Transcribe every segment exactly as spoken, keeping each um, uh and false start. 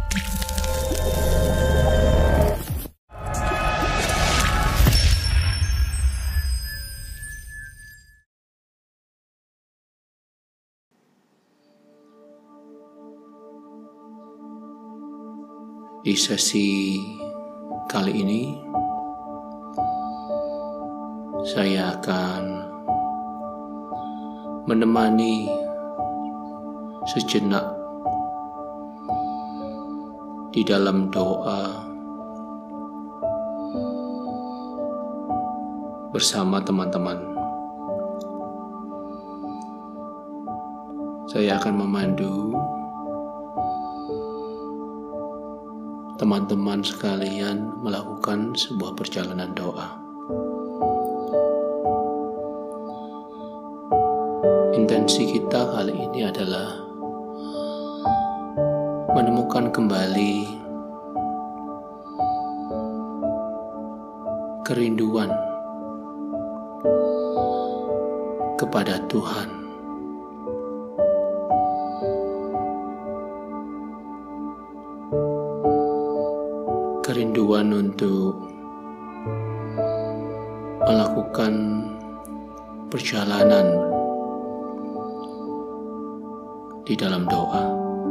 Di sesi kali ini, saya akan menemani sejenak di dalam doa bersama teman-teman. Saya akan memandu teman-teman sekalian melakukan sebuah perjalanan doa. Intensi kita kali ini adalah menemukan kembali kerinduan kepada Tuhan. Kerinduan untuk melakukan perjalanan di dalam doa.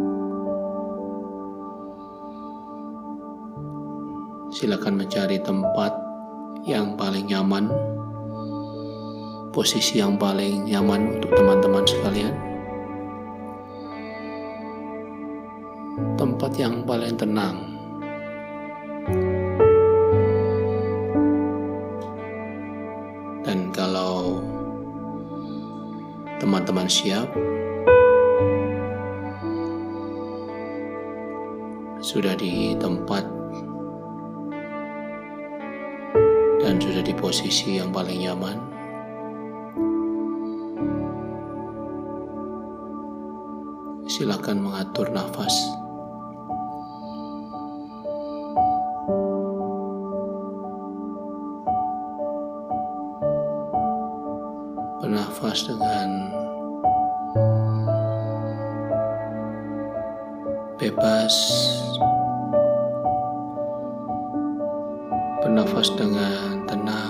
Silakan mencari tempat yang paling nyaman, posisi yang paling nyaman untuk teman-teman sekalian, tempat yang paling tenang. Dan kalau teman-teman siap, sudah di tempat dan sudah di posisi yang paling nyaman, silakan mengatur nafas. Bernafas dengan bebas, bernafas dengan tenang,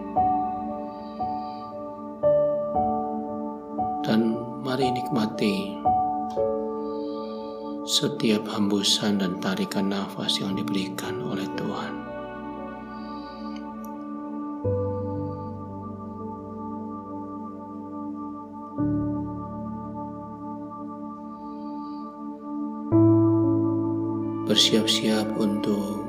dan mari nikmati setiap hembusan dan tarikan nafas yang diberikan oleh Tuhan. Bersiap-siap untuk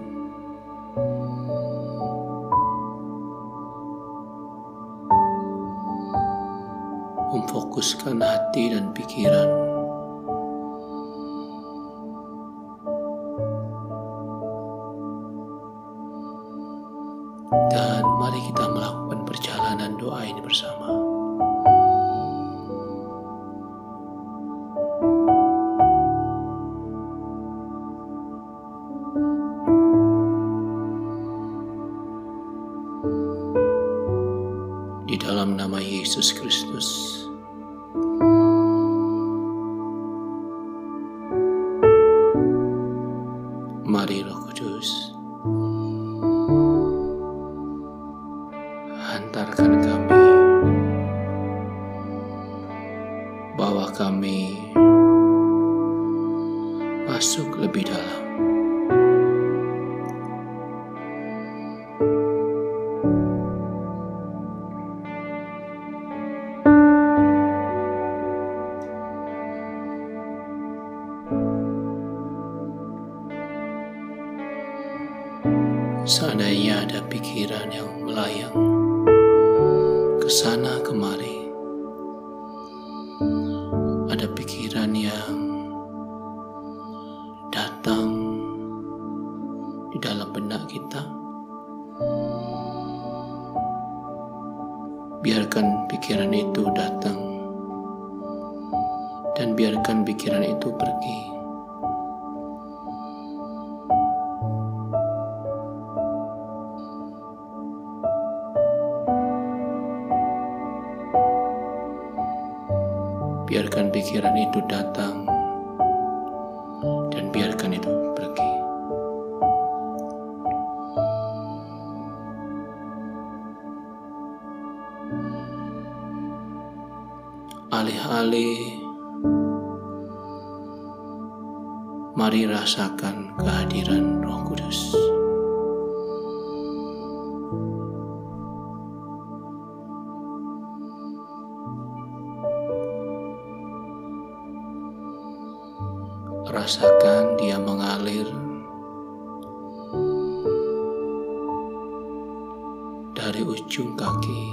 memfokuskan hati dan pikiran dan mari kita melakukan perjalanan doa ini bersama. Di dalam nama Yesus Kristus, mari Roh Kudus hantarkan kami, bawa kami masuk lebih dalam. Seandainya ada pikiran yang melayang ke sana kemari, ada pikiran yang datang di dalam benak kita, biarkan pikiran itu datang dan biarkan pikiran itu pergi. Biarkan pikiran itu datang dan biarkan itu pergi. alih-alih mari rasakan kehadiran Roh Kudus. Rasakan Dia mengalir dari ujung kaki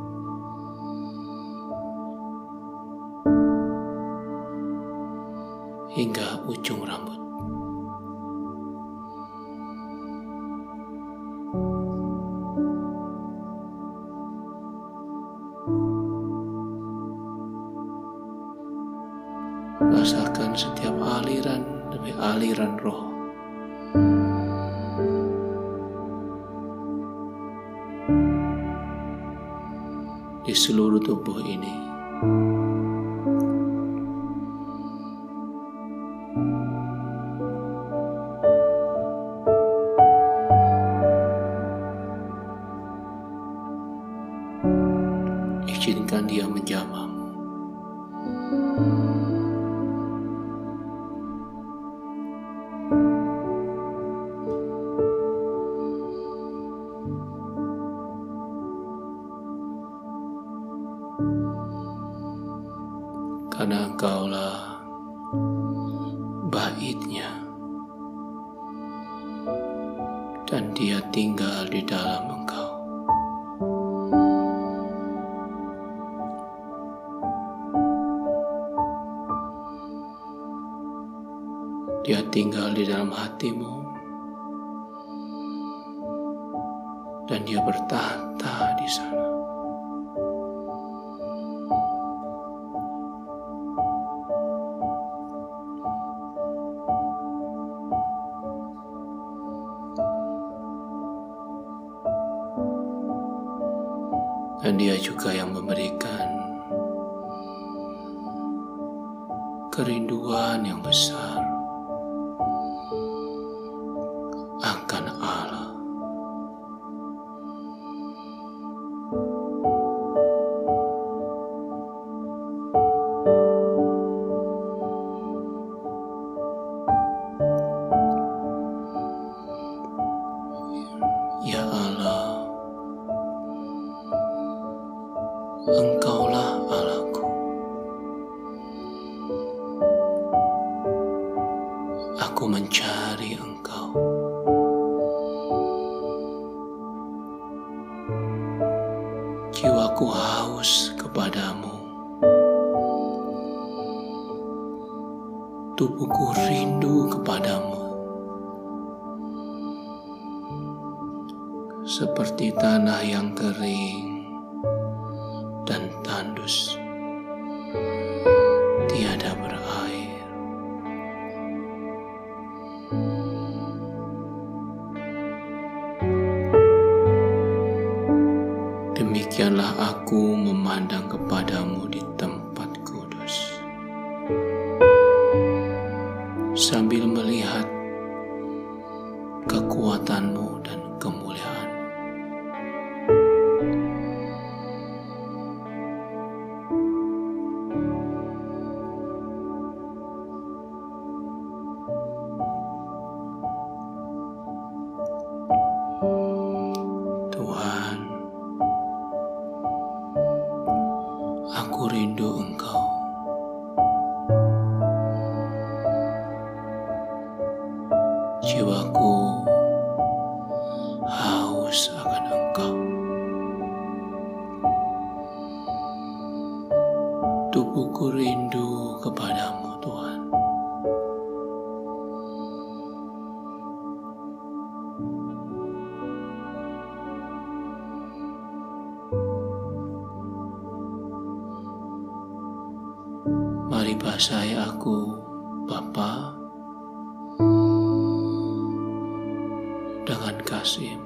hingga ujung rambut. Rasakan setiap aliran demi aliran roh di seluruh tubuh ini. Izinkan Dia menjamahmu. Karena Engkaulah baitnya dan Dia tinggal di dalam Engkau. Dia tinggal di dalam hatimu dan Dia bertahta di sana. Dan Dia juga yang memberikan kerinduan yang besar akan Allah. Ya Allah, Engkaulah Allahku. Aku mencari Engkau. Jiwaku haus kepadamu. Tubuhku rindu kepadamu. Seperti tanah yang kering dan tandus, tiada berair. Demikianlah aku memandang kepadamu di tempat kudus, sambil melihat kekuatanmu dan kemuliaan. Tuhan, aku rindu Engkau. Jiwaku haus akan Engkau. Tubuhku rindu kepadamu, Tuhan. Mari basahi aku, Bapa, dengan kasih-Mu.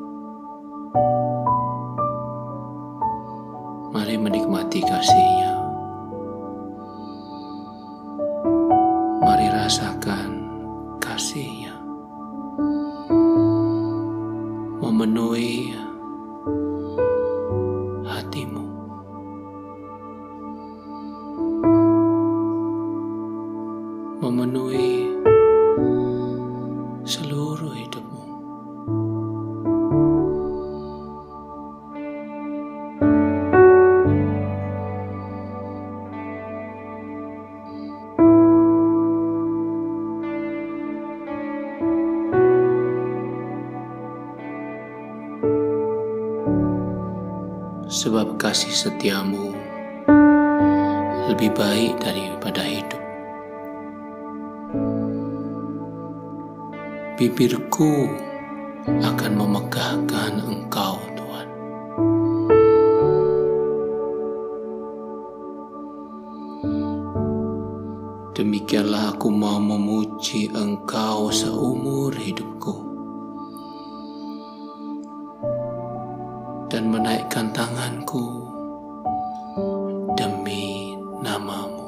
Mari menikmati kasih-Nya. memenuhi seluruh hidupmu. Sebab kasih setiamu lebih baik daripada hidup. Bibirku akan memegahkan Engkau, Tuhan. Demikianlah aku mau memuji Engkau seumur hidupku dan menaikkan tanganku demi nama-Mu.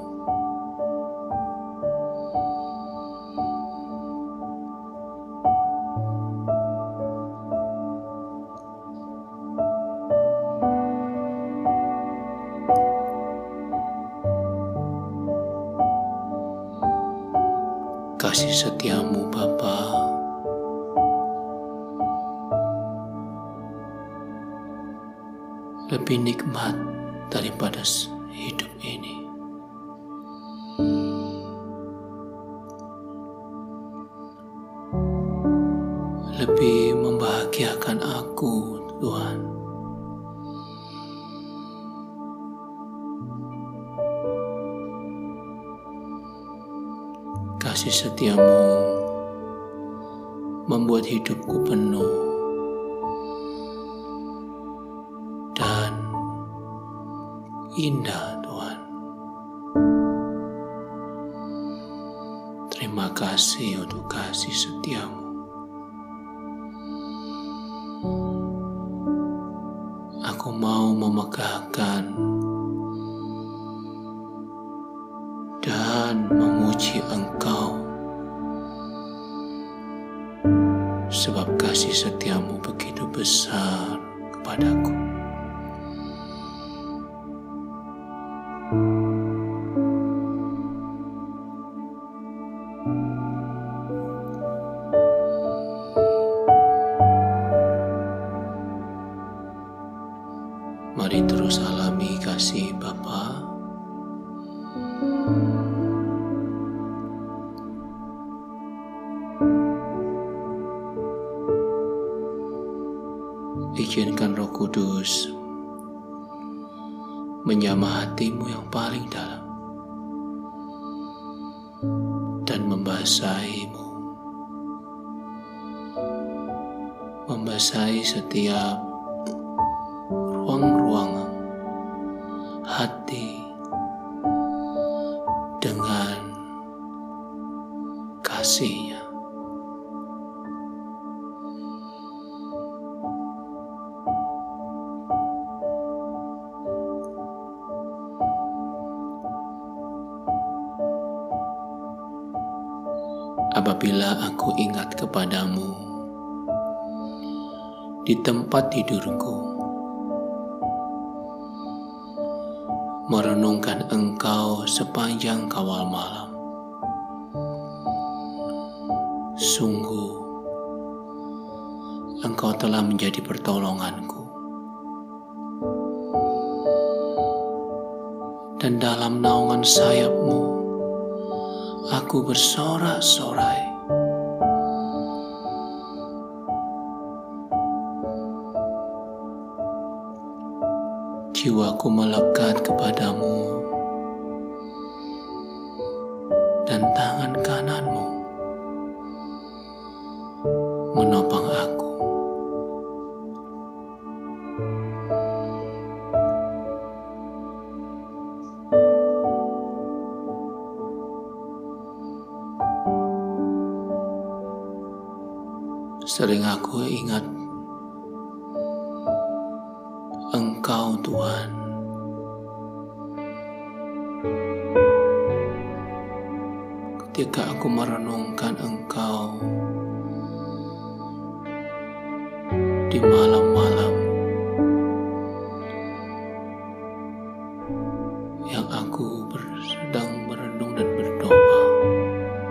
Kasih setiamu, Bapa, lebih nikmat daripada hidup ini. Lebih membahagiakan aku, Tuhan. Kasih setiamu membuat hidupku penuh dan indah, Tuhan. Terima kasih untuk kasih setiamu. Aku mau memegahkan dan memuji Engkau, sebab kasih setiamu begitu besar kepadaku. Mari terus alami kasih Bapa. Izinkan Roh Kudus menjamah hatimu yang paling dalam dan membasahimu, membasahi setiap ruang-ruang hati dengan kasih-Nya. Apabila aku ingat kepadamu di tempat tidurku, merenungkan Engkau sepanjang kawal malam, sungguh Engkau telah menjadi pertolonganku, dan dalam naungan sayap-Mu aku bersorak-sorai. Jiwaku melekat kepadamu, dan tangan kanan-Mu menopang aku. Sering aku ingat Engkau, Tuhan. Ketika aku merenungkan Engkau di malam-malam yang aku sedang merenung dan berdoa,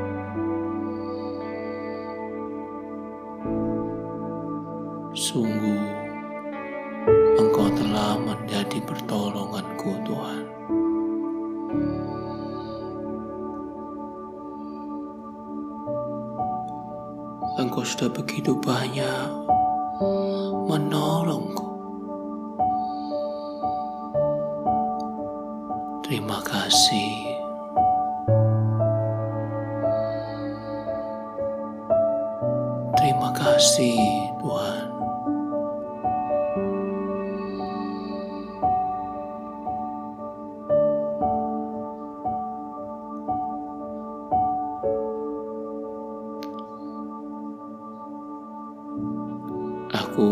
Engkau sudah begitu banyak menolongku. Terima kasih. Terima kasih Tuhan. Aku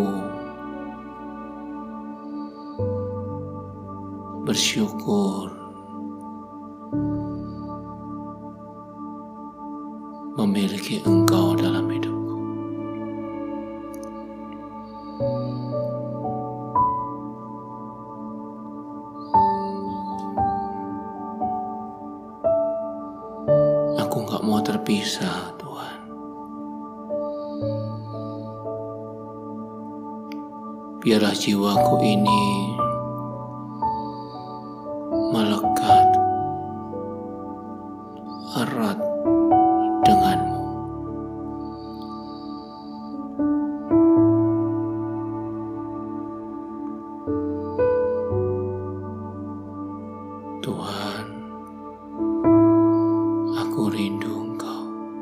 bersyukur memiliki Engkau dalam hidupku. Aku gak mau terpisah, Tuhan. Biarlah jiwaku ini melekat erat denganmu. Tuhan, aku rindu Engkau.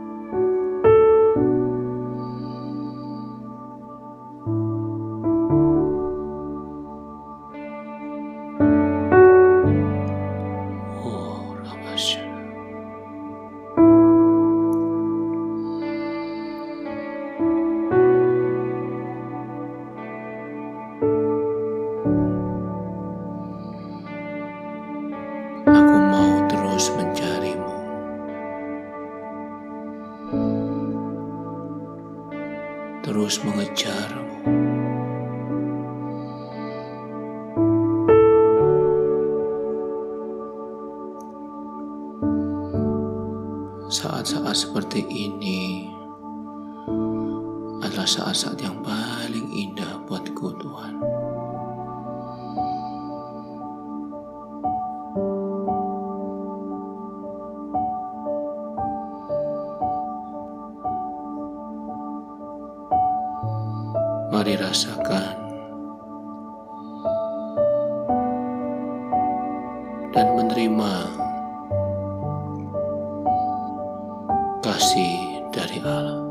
Oh, Ramasya. Aku mau terus mencarimu. Terus mengejarmu. Saat-saat seperti ini adalah saat-saat yang paling indah buatku, Tuhan. Mari rasakan dan menerima kasih dari Allah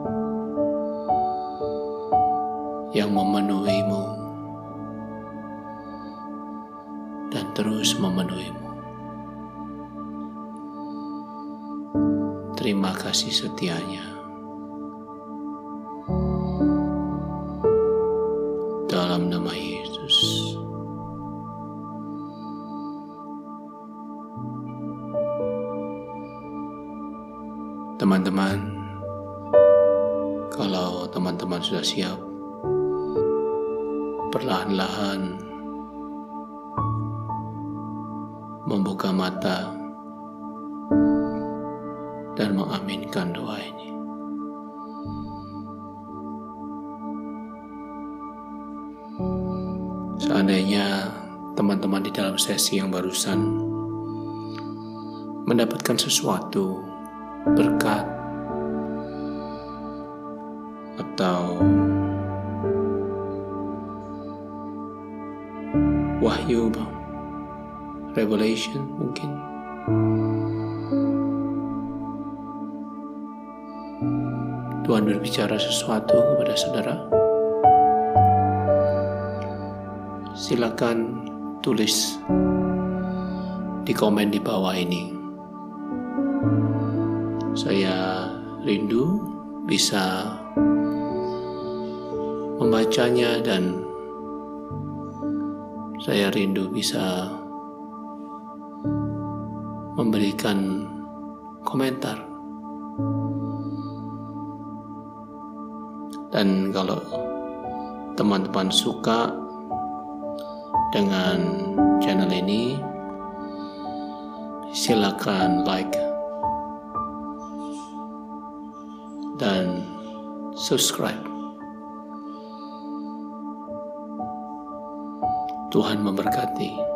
yang memenuhimu dan terus memenuhimu. Terima kasih setianya. Dalam nama Yesus. Teman-teman, kalau teman-teman sudah siap, perlahan-lahan membuka mata dan mengaminkan doa ini. Seandainya teman-teman di dalam sesi yang barusan mendapatkan sesuatu, berkat, atau wahyu, revelation mungkin, Tuhan berbicara sesuatu kepada saudara, silakan tulis di komen di bawah ini. Saya rindu bisa membacanya dan saya rindu bisa memberikan komentar. Dan kalau teman-teman suka dengan channel ini, silakan like dan subscribe. Tuhan memberkati.